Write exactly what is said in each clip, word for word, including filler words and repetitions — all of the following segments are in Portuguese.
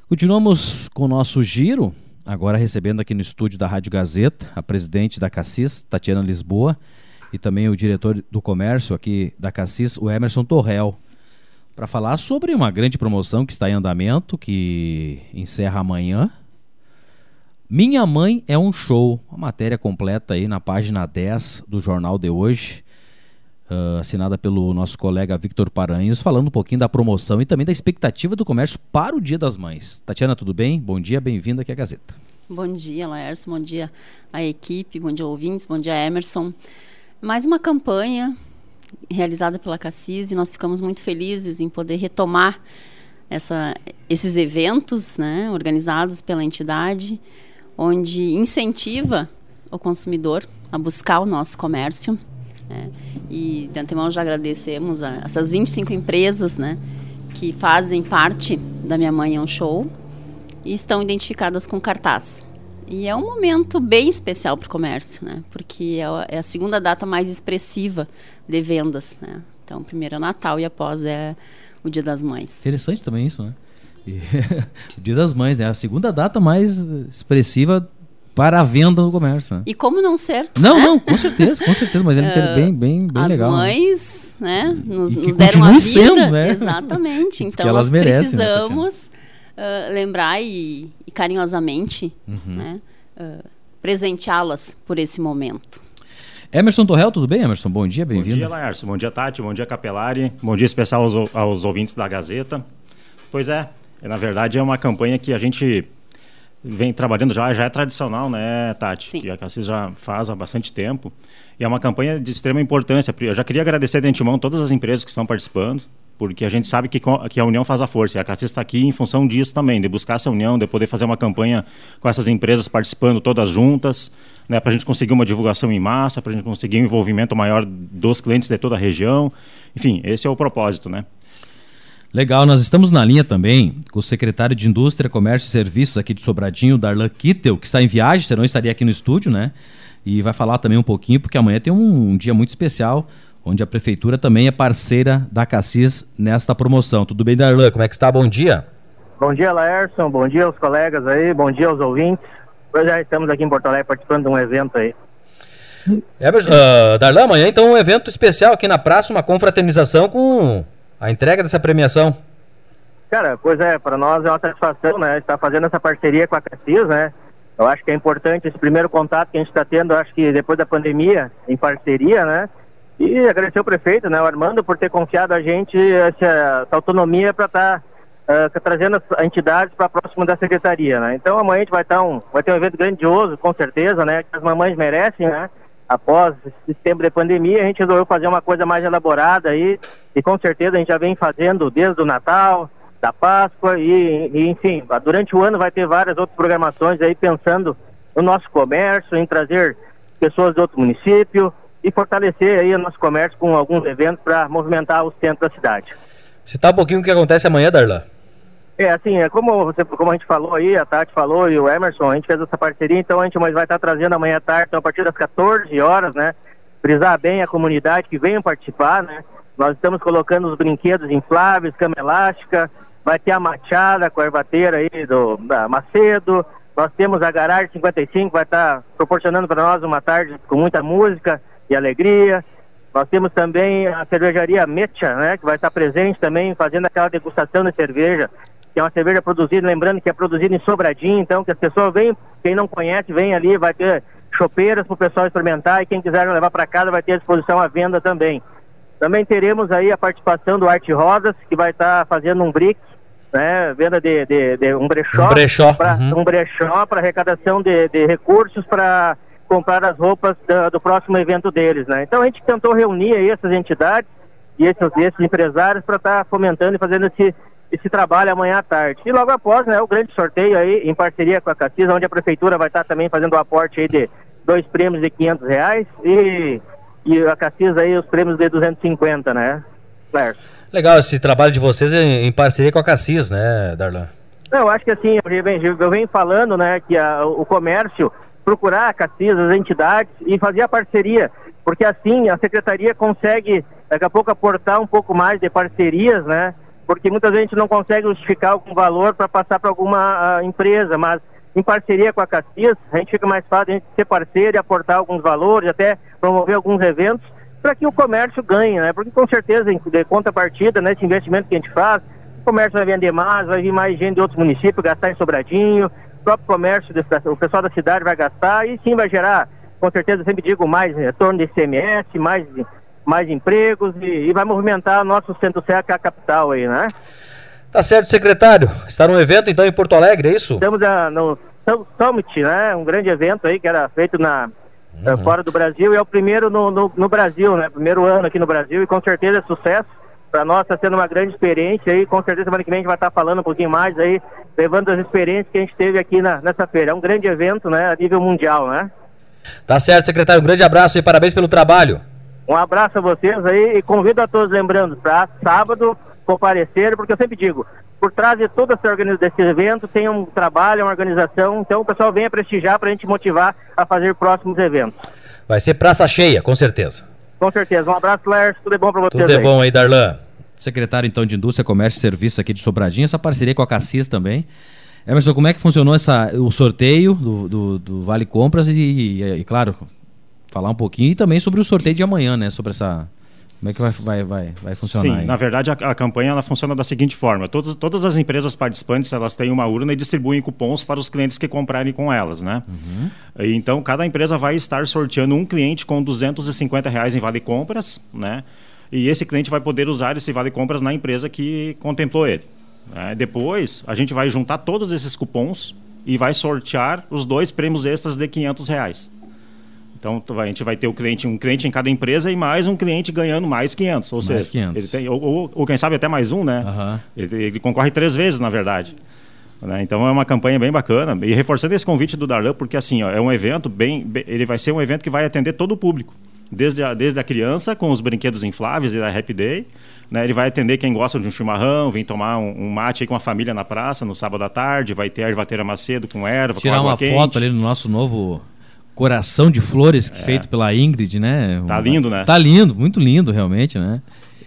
Continuamos com o nosso giro, agora recebendo aqui no estúdio da Rádio Gazeta a presidente da Cassis, Tatiana Lisboa, e também o diretor do comércio aqui da Cassis, o Emerson Torrel, para falar sobre uma grande promoção que está em andamento, que encerra amanhã. Minha Mãe é um Show, uma matéria completa aí na página dez do Jornal de hoje, uh, assinada pelo nosso colega Victor Paranhos, falando um pouquinho da promoção e também da expectativa do comércio para o Dia das Mães. Tatiana, tudo bem? Bom dia, bem-vinda aqui à Gazeta. Bom dia, Laércio, bom dia à equipe, bom dia ouvintes, bom dia Emerson. Mais uma campanha realizada pela Cassis e nós ficamos muito felizes em poder retomar essa, esses eventos, né, organizados pela entidade, onde incentiva o consumidor a buscar o nosso comércio, né? E de antemão já agradecemos a essas vinte e cinco empresas, né, que fazem parte da Minha Mãe é um Show e estão identificadas com cartaz. E é um momento bem especial para o comércio, né, porque é a segunda data mais expressiva de vendas, né? Então, primeiro é o Natal e após é o Dia das Mães. Interessante também isso, né? E o Dia das Mães, né? A segunda data mais expressiva para a venda no comércio, né? E como não ser? Não, né? não, com certeza, com certeza, mas ele é bem, bem, bem As legal. As mães, né, né nos, nos deram a vida. Sendo, né? Exatamente. Então elas nós merecem, precisamos né, uh, lembrar e, e carinhosamente uhum. né, uh, presenteá-las por esse momento. Emerson Torrel, tudo bem, Emerson? Bom dia, bem-vindo. Bom dia, Laércio. Bom dia, Tati. Bom dia, Capelari. Bom dia especial aos, aos ouvintes da Gazeta. Pois é, na verdade é uma campanha que a gente vem trabalhando já, já é tradicional, né, Tati? Sim. Que a Cassis já faz há bastante tempo. E é uma campanha de extrema importância. Eu já queria agradecer de antemão todas as empresas que estão participando, porque a gente sabe que, que a união faz a força. E a Cassis está aqui em função disso também, de buscar essa união, de poder fazer uma campanha com essas empresas participando todas juntas, né, para a gente conseguir uma divulgação em massa, para a gente conseguir um envolvimento maior dos clientes de toda a região. Enfim, esse é o propósito, né? Legal, nós estamos na linha também com o secretário de Indústria, Comércio e Serviços aqui de Sobradinho, Darlan Kittel, que está em viagem, senão estaria aqui no estúdio, né? E vai falar também um pouquinho, porque amanhã tem um, um dia muito especial, onde a Prefeitura também é parceira da Cassis nesta promoção. Tudo bem, Darlan? Como é que está? Bom dia. Bom dia, Laércio. Bom dia aos colegas aí. Bom dia aos ouvintes. Hoje já estamos aqui em Porto Alegre participando de um evento aí. É, uh, Darlan, amanhã então um evento especial aqui na praça, uma confraternização com a entrega dessa premiação. Cara, pois é, para nós é uma satisfação, né, estar fazendo essa parceria com a Cassis, né. Eu acho que é importante esse primeiro contato que a gente está tendo, acho que depois da pandemia, em parceria, né. E agradecer ao prefeito, né, o Armando, por ter confiado a gente essa, essa autonomia para estar tá, uh, trazendo as entidades para próximo da secretaria, né. Então amanhã a gente vai, tá um, vai ter um evento grandioso, com certeza, né, que as mamães merecem, né. Após esse tempo de pandemia, a gente resolveu fazer uma coisa mais elaborada aí, e com certeza a gente já vem fazendo desde o Natal, da Páscoa, e, e enfim, durante o ano vai ter várias outras programações aí, pensando no nosso comércio, em trazer pessoas de outro município, e fortalecer aí o nosso comércio com alguns eventos para movimentar o centro da cidade. Citar um pouquinho o que acontece amanhã, Darlan. É, assim, é como, você, como a gente falou aí, a Tati falou e o Emerson, a gente fez essa parceria, então a gente vai estar trazendo amanhã à tarde, então a partir das quatorze horas, né, frisar bem a comunidade que venham participar, né, nós estamos colocando os brinquedos infláveis, cama elástica, vai ter a machada com a ervateira aí do da Macedo, nós temos a Garagem cinquenta e cinco, vai estar proporcionando para nós uma tarde com muita música e alegria. Nós temos também a cervejaria Mecha, né, que vai estar presente também, fazendo aquela degustação de cerveja, que é uma cerveja produzida, lembrando que é produzida em Sobradinho, então que as pessoas vêm, quem não conhece, vem ali, vai ter chopeiras para o pessoal experimentar, e quem quiser levar para casa vai ter à disposição à venda também. Também teremos aí a participação do Arte Rodas, que vai estar fazendo um brick, né, venda de, de, de um brechó, um brechó, pra, uhum. um brechó para arrecadação de, de recursos para comprar as roupas do, do próximo evento deles, né? Então a gente tentou reunir aí essas entidades e esses, esses empresários para estar fomentando e fazendo esse esse trabalho amanhã à tarde. E logo após, né, o grande sorteio aí, em parceria com a Cassis, onde a Prefeitura vai estar também fazendo o aporte aí de dois prêmios de quinhentos reais e, e a Cassis aí os prêmios de duzentos e cinquenta, né, Lércio? Legal esse trabalho de vocês em parceria com a Cassis, né, Darlan? Não, eu acho que assim, eu venho, eu venho falando, né, que a, o comércio procurar a Cassis, as entidades e fazer a parceria, porque assim a Secretaria consegue daqui a pouco aportar um pouco mais de parcerias, né, porque muitas vezes a gente não consegue justificar algum valor para passar para alguma uh, empresa, mas em parceria com a Cassis, a gente fica mais fácil a gente ser parceiro e aportar alguns valores, até promover alguns eventos, para que o comércio ganhe, né? Porque com certeza, em de contrapartida, nesse investimento que a gente faz, o comércio vai vender mais, vai vir mais gente de outros municípios, gastar em Sobradinho, o próprio comércio, o pessoal da cidade vai gastar, e sim vai gerar, com certeza, eu sempre digo, mais retorno de I C M S, mais, mais empregos, e, e vai movimentar o nosso Centro-Sé, que é a capital aí, né? Tá certo, secretário. Está num evento, então, em Porto Alegre, é isso? Estamos a, no Summit, né? Um grande evento aí, que era feito na... Uhum. fora do Brasil, e é o primeiro no, no, no Brasil, né? Primeiro ano aqui no Brasil, e com certeza é sucesso. Para nós está sendo uma grande experiência aí, com certeza semana que vem a gente vai estar falando um pouquinho mais aí, levando as experiências que a gente teve aqui na, nessa feira. É um grande evento, né? A nível mundial, né? Tá certo, secretário. Um grande abraço e parabéns pelo trabalho. Um abraço a vocês aí e convido a todos, lembrando, para sábado comparecer, porque eu sempre digo, por trás de todo esse, organiz... desse evento tem um trabalho, uma organização, então o pessoal venha prestigiar para a gente motivar a fazer próximos eventos. Vai ser praça cheia, com certeza. Com certeza. Um abraço, Lércio. Tudo é bom para vocês. Tudo é bom aí, Darlan. Secretário, então, de Indústria, Comércio e Serviços aqui de Sobradinho, essa parceria com a Cassis também. Emerson, como é que funcionou essa, o sorteio do, do, do Vale Compras e, e, e, claro, falar um pouquinho e também sobre o sorteio de amanhã, né? Sobre essa... Como é que vai, vai, vai, vai funcionar? Sim, aí? Na verdade a, a campanha ela funciona da seguinte forma: todas, todas as empresas participantes elas têm uma urna e distribuem cupons para os clientes que comprarem com elas, né? Uhum. E, então cada empresa vai estar sorteando um cliente com duzentos e cinquenta reais em Vale Compras, né? E esse cliente vai poder usar esse Vale Compras na empresa que contemplou ele. Né? Depois a gente vai juntar todos esses cupons e vai sortear os dois prêmios extras de quinhentos reais. Então a gente vai ter o cliente, um cliente em cada empresa e mais um cliente ganhando mais quinhentos. Ou mais seja, quinhentos. Ele tem, ou, ou, ou quem sabe até mais um, né? Uhum. Ele, ele concorre três vezes, na verdade. Né? Então é uma campanha bem bacana. E reforçando esse convite do Darlan, porque assim, ó, é um evento bem, bem. Ele vai ser um evento que vai atender todo o público. Desde a, desde a criança, com os brinquedos infláveis e da Happy Day. Né? Ele vai atender quem gosta de um chimarrão, vem tomar um, um mate aí com a família na praça no sábado à tarde. Vai ter a ervateira Macedo com erva, tirar com água uma quente. foto ali no nosso novo coração de flores, é. feito pela Ingrid, né? Tá lindo, né? Tá lindo, muito lindo, realmente, né?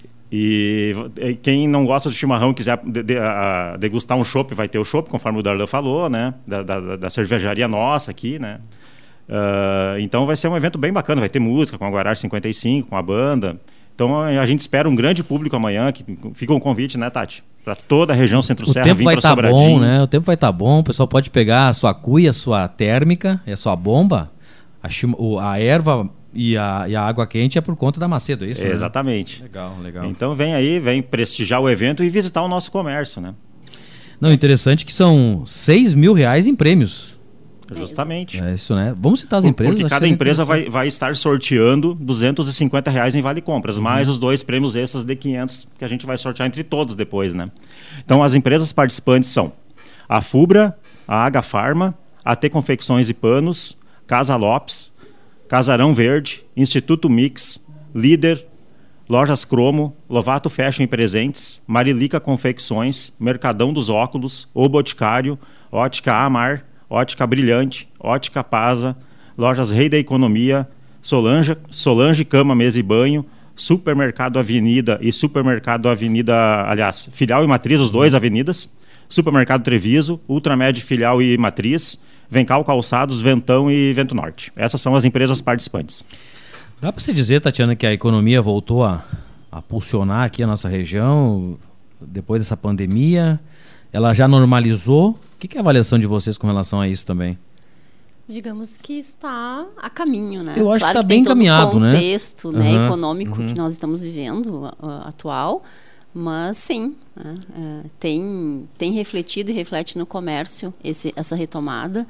E quem não gosta de chimarrão e quiser de, de, a, degustar um chopp, vai ter o chopp, conforme o Darlan falou, né? Da, da, da cervejaria nossa aqui, né? Uh, então vai ser um evento bem bacana, vai ter música com a Guararapes cinquenta e cinco, com a banda. Então a gente espera um grande público amanhã, que fica um convite, né, Tati? Para toda a região Centro-Serra vir para Sobradinho. O tempo vai estar bom, né? O tempo vai estar bom, o pessoal pode pegar a sua cuia, a sua térmica e a sua bomba. A, chima, a erva e a, e a água quente é por conta da Macedo, é isso? É, né? Exatamente. Legal, legal. Então vem aí, vem prestigiar o evento e visitar o nosso comércio, né? Não, interessante que são seis mil reais em prêmios. Justamente. É isso, né? Vamos citar as empresas. Porque cada empresa vai, vai estar sorteando duzentos e cinquenta reais em Vale Compras, uhum. mais os dois prêmios extras de quinhentos que a gente vai sortear entre todos depois, né? Então as empresas participantes são a Fubra, a H Farma, a T Confecções e Panos, Casa Lopes, Casarão Verde, Instituto Mix, Líder, Lojas Cromo, Lovato Fashion e Presentes, Marilica Confecções, Mercadão dos Óculos, O Boticário, Ótica Amar, Ótica Brilhante, Ótica Pasa, Lojas Rei da Economia, Solange, Solange Cama, Mesa e Banho, Supermercado Avenida e Supermercado Avenida, aliás, Filial e Matriz, os dois avenidas, Supermercado Treviso, Ultramed Filial e Matriz, Vencal Calçados, Ventão e Vento Norte. Essas são as empresas participantes. Dá para se dizer, Tatiana, que a economia voltou a, a pulsionar aqui a nossa região depois dessa pandemia? Ela já normalizou? O que é a avaliação de vocês com relação a isso também? Digamos que está a caminho, né? Eu acho claro que está bem encaminhado, né? O contexto né, uhum, econômico uhum. que nós estamos vivendo uh, atual, mas sim, né, uh, tem, tem refletido e reflete no comércio esse, essa retomada.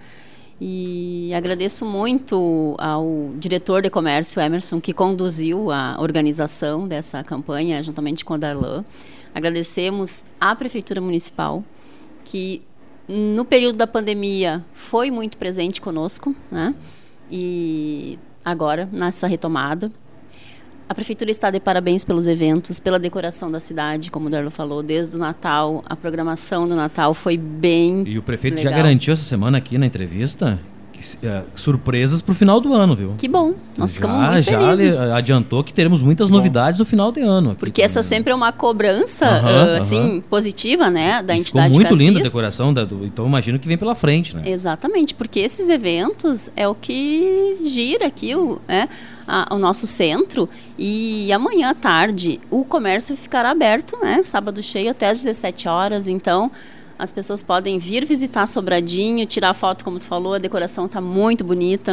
E agradeço muito ao diretor de comércio, Emerson, que conduziu a organização dessa campanha, juntamente com a Darlan. Agradecemos à Prefeitura Municipal, que no período da pandemia foi muito presente conosco, né? E agora, nessa retomada. A Prefeitura está de parabéns pelos eventos, pela decoração da cidade, como o Darlan falou, desde o Natal. A programação do Natal foi bem E o prefeito legal. já garantiu essa semana aqui na entrevista uh, surpresas para o final do ano, viu? Que bom, nós já, ficamos muito já felizes. Já adiantou que teremos muitas novidades no final de ano. Aqui Porque essa sempre é uma cobrança, uhum, uh, assim, uhum. positiva, né, da e entidade ficou muito Cassis. linda a decoração, da, do, então imagino que vem pela frente, né? Exatamente, porque esses eventos é o que gira aqui o, é, a, o nosso centro, e amanhã à tarde o comércio ficará aberto, né, sábado cheio até às dezessete horas, então as pessoas podem vir visitar Sobradinho, tirar foto, como tu falou, a decoração está muito bonita,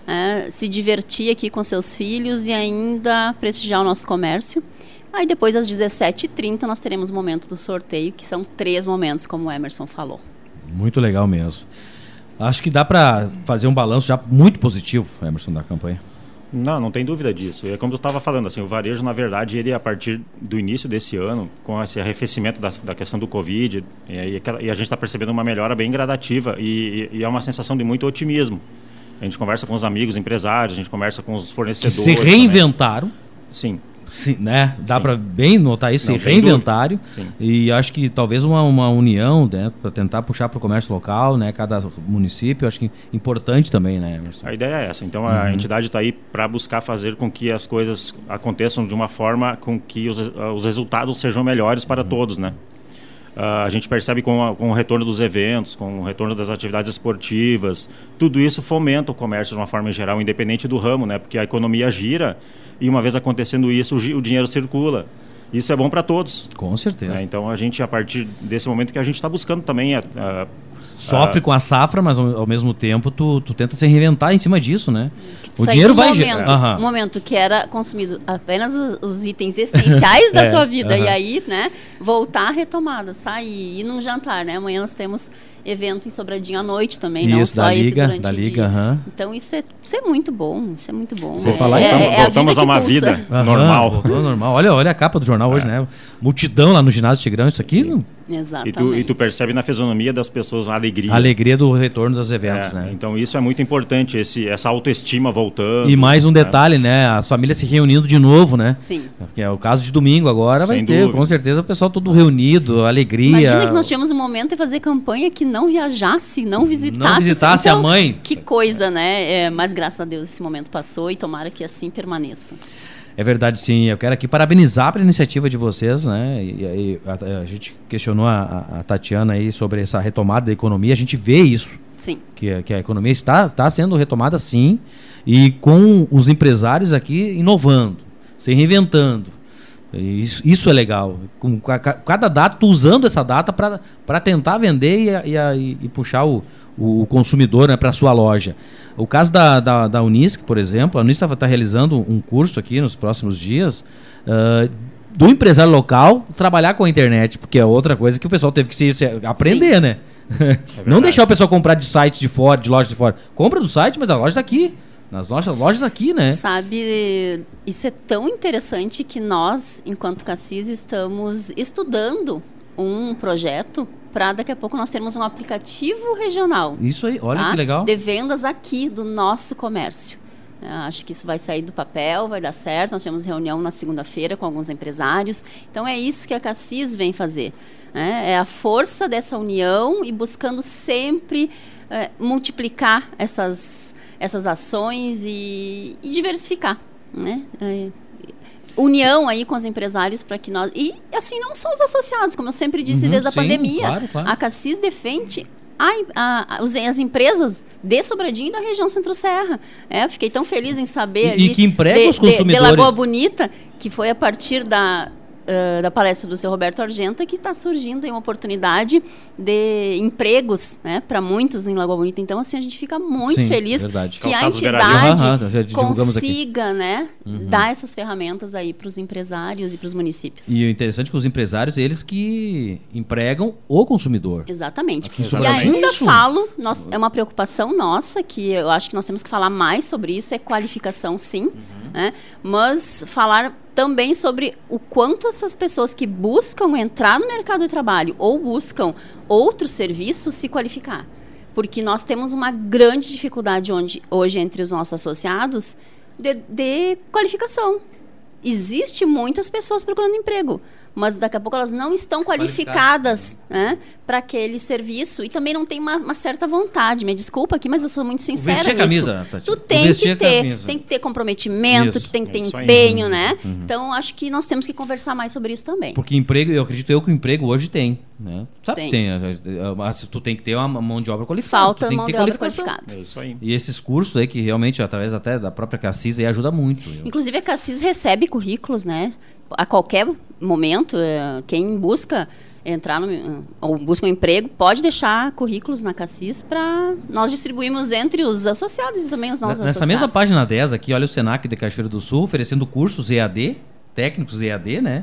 é, se divertir aqui com seus filhos e ainda prestigiar o nosso comércio. Aí depois, às dezessete e trinta, nós teremos o momento do sorteio, que são três momentos, como o Emerson falou. Muito legal mesmo. Acho que dá para fazer um balanço já muito positivo, Emerson, da campanha. Não, não tem dúvida disso. É como eu estava falando, assim, o varejo, na verdade, ele a partir do início desse ano, com esse arrefecimento da, da questão do Covid, e, e, e a gente está percebendo uma melhora bem gradativa e, e, e é uma sensação de muito otimismo. A gente conversa com os amigos empresários, a gente conversa com os fornecedores. Que se reinventaram. Também. Sim. Sim, né? Dá para bem notar isso, Não, se reinventaram. Sim. E acho que talvez uma, uma união, né, para tentar puxar para o comércio local, né, cada município, acho que importante também, né, Emerson? A ideia é essa. Então a uhum. entidade está aí para buscar fazer com que as coisas aconteçam de uma forma com que os, os resultados sejam melhores para uhum. todos, né? Uh, a gente percebe com, a, com o retorno dos eventos, com o retorno das atividades esportivas, tudo isso fomenta o comércio de uma forma geral, independente do ramo, né? Porque a economia gira e uma vez acontecendo isso, o, o dinheiro circula. Isso é bom para todos. Com certeza. Né? Então a gente, a partir desse momento que a gente está buscando também... A, a, Sofre a... com a safra, mas ao, ao mesmo tempo tu, tu tenta se reinventar em cima disso, né? O Sair dinheiro vai... Um momento, uhum. um momento que era consumido apenas os itens essenciais da é, tua vida. uhum. E aí, né, voltar à retomada, sair, ir num jantar, né? Amanhã nós temos evento em Sobradinho à noite também, isso, não só da esse liga, durante da o liga, dia. uhum. Então isso é, isso é muito bom, isso é muito bom. Você é, falar, é, então, é, é voltamos a, a uma vida uhum, normal. Voltou normal. Olha, olha a capa do jornal é. hoje, né? Multidão lá no ginásio Tigrão, isso aqui... Não... Exatamente. E tu, e tu percebe na fisionomia das pessoas a alegria. A alegria do retorno dos eventos, é, né? Então isso é muito importante, esse, essa autoestima voltando. E mais um detalhe, né? As famílias se reunindo de novo, né? Sim. Que é o caso de domingo agora, Sem vai ter, dúvida. com certeza, o pessoal todo reunido, alegria. Imagina que nós tivemos um momento de fazer campanha que não viajasse, não visitasse. Não visitasse então, a mãe. Que coisa, né? É, mas graças a Deus esse momento passou e tomara que assim permaneça. É verdade, sim. Eu quero aqui parabenizar pela iniciativa de vocês, né? E, e a, a gente questionou a, a Tatiana aí sobre essa retomada da economia. A gente vê isso. Sim. Que, que a economia está, está sendo retomada, sim. E com os empresários aqui inovando, se reinventando. Isso, isso é legal. Com cada data, tu usando essa data para tentar vender e, e, e puxar o, o consumidor, né, para a sua loja. O caso da, da, da Unisc, por exemplo, a Unisc está tá realizando um curso aqui nos próximos dias uh, do empresário local trabalhar com a internet, porque é outra coisa que o pessoal teve que se, se aprender, Sim. né? É não deixar o pessoal comprar de sites de fora, de lojas de fora. Compra do site, mas a loja está aqui. Nas nossas lojas aqui, né? Sabe, isso é tão interessante que nós, enquanto Cassis, estamos estudando um projeto para daqui a pouco nós termos um aplicativo regional. Isso aí, olha tá? que legal. De vendas aqui do nosso comércio. Eu acho que isso vai sair do papel, vai dar certo. Nós tivemos reunião na segunda-feira com alguns empresários. Então é isso que a Cassis vem fazer. Né? É a força dessa união e buscando sempre é, multiplicar essas, essas ações e, e diversificar, né? É, união aí com os empresários para que nós... E assim, não são os associados, como eu sempre disse uhum, desde sim, a pandemia. Claro, claro. A Cassis defende a, a, a, as empresas de Sobradinho e da região Centro-Serra. É, eu fiquei tão feliz em saber e, ali... E que emprega de, os consumidores. De, de Lagoa Bonita, que foi a partir da... Uh, da palestra do seu Roberto Argenta, que está surgindo em uma oportunidade de empregos, né, para muitos em Lagoa Bonita. Então, assim, a gente fica muito Sim, feliz verdade. que Calçados a entidade uhum, consiga, né, uhum. dar essas ferramentas aí para os empresários e para os municípios. E o interessante é que os empresários, eles que empregam o consumidor. Exatamente. Aqui, e exatamente. ainda Isso. falo, nós, é uma preocupação nossa, que eu acho que nós temos que falar mais sobre isso, é qualificação, sim, uhum. né, mas falar também sobre o quanto essas pessoas que buscam entrar no mercado de trabalho ou buscam outros serviços se qualificar. Porque nós temos uma grande dificuldade onde, hoje entre os nossos associados de, de qualificação. existe muitas pessoas procurando emprego, mas daqui a pouco elas não estão qualificadas, né, para aquele serviço e também não tem uma, uma certa vontade. Me desculpa aqui, mas eu sou muito sincera vestir nisso. A camisa, Tati. Tu tem que ter, tem que ter comprometimento, isso. tu tem que ter é empenho, uhum. né? Uhum. Então acho que nós temos que conversar mais sobre isso também. Porque emprego, eu acredito eu que o emprego hoje tem, né? Sabe que Tem. tem, mas tu tem que ter uma mão de obra qualificada. Falta tu tem mão que ter de obra qualificação. qualificada. É isso aí. E esses cursos aí que realmente, através até da própria Cassis, aí ajuda muito. Eu- Inclusive a Cassis recebe currículos, né? A qualquer momento, eh, quem busca entrar no, eh, ou busca um emprego, pode deixar currículos na Cassis para nós distribuirmos entre os associados e também os nossos Nessa associados. mesma página dez aqui, olha o Senac de Cachoeira do Sul oferecendo cursos E A D, técnicos E A D, né?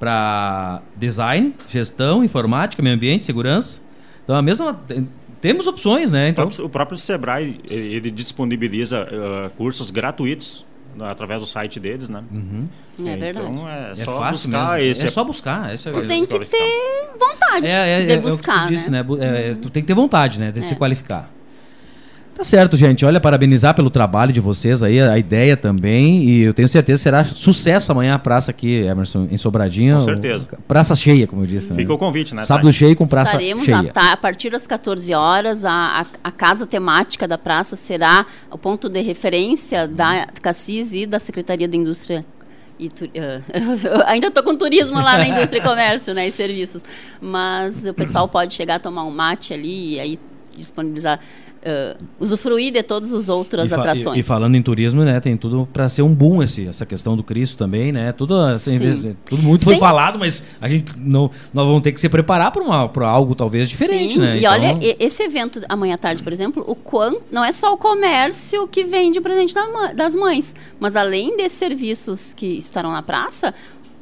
Para design, gestão, informática, meio ambiente, segurança. Então a mesma... Temos opções, né? O Então, próprio, o próprio Sebrae, ele, ele disponibiliza uh, cursos gratuitos através do site deles, né? uhum. É verdade. Então é, É só fácil buscar mesmo. esse. É só buscar. Esse é, Tu é, tem que qualificar. ter vontade é, é, de é, buscar, é o que tu disse, né? né? Bu- é, tu tem que ter vontade, né? De É. se qualificar. Tá certo, gente. Olha, parabenizar pelo trabalho de vocês aí, a ideia também. E eu tenho certeza que será sucesso amanhã a praça aqui, Emerson, em Sobradinho. Com certeza. Praça cheia, como eu disse. Fica né? o convite, né? Sábado Tati? cheio com praça Estaremos cheia. a, ta- a partir das quatorze horas, a, a, a casa temática da praça será o ponto de referência da Cassis e da Secretaria da Indústria e tu, uh, eu ainda estou com turismo lá na Indústria e Comércio, né, e serviços, mas o pessoal pode chegar a tomar um mate ali e aí disponibilizar, uh, usufruir de todas as outras E fa- atrações. E, e falando em turismo, né, tem tudo para ser um boom esse, essa questão do Cristo também, né? Tudo, assim, Sim. tudo muito foi Sim. falado, mas a gente não, nós vamos ter que se preparar para algo talvez diferente, Sim, né? e Então, olha, e- esse evento amanhã à tarde, por exemplo, o quanto não é só o comércio que vende o presente da ma- das mães, mas além desses serviços que estarão na praça,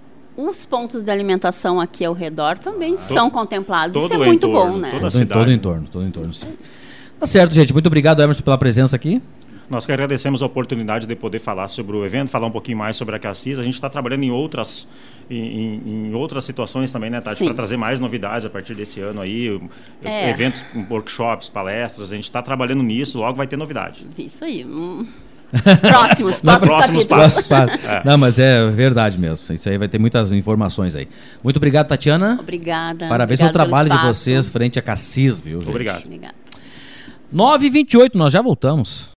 os pontos de alimentação aqui ao redor também são contemplados. Isso é todo o muito entorno, bom, né? toda a todo, cidade. todo o entorno, todo o entorno. Sim. Tá certo, gente. Muito obrigado, Emerson, pela presença aqui. Nós que agradecemos a oportunidade de poder falar sobre o evento, falar um pouquinho mais sobre a Cassis. A gente está trabalhando em outras, em, em- em outras situações também, né, Tati? Sim. Para trazer mais novidades a partir desse ano aí. É. Eventos, workshops, palestras. A gente está trabalhando nisso, logo vai ter novidade. Isso aí. Hum. Próximos, Não, próximos próximos capítulos. passos. É. Não, mas é verdade mesmo. Isso aí vai ter muitas informações aí. Muito obrigado, Tatiana. Obrigada. Parabéns obrigada pelo trabalho pelo de espaço. vocês frente a Cassis, viu, gente? Obrigado. Obrigada. nove e vinte e oito, nós já voltamos.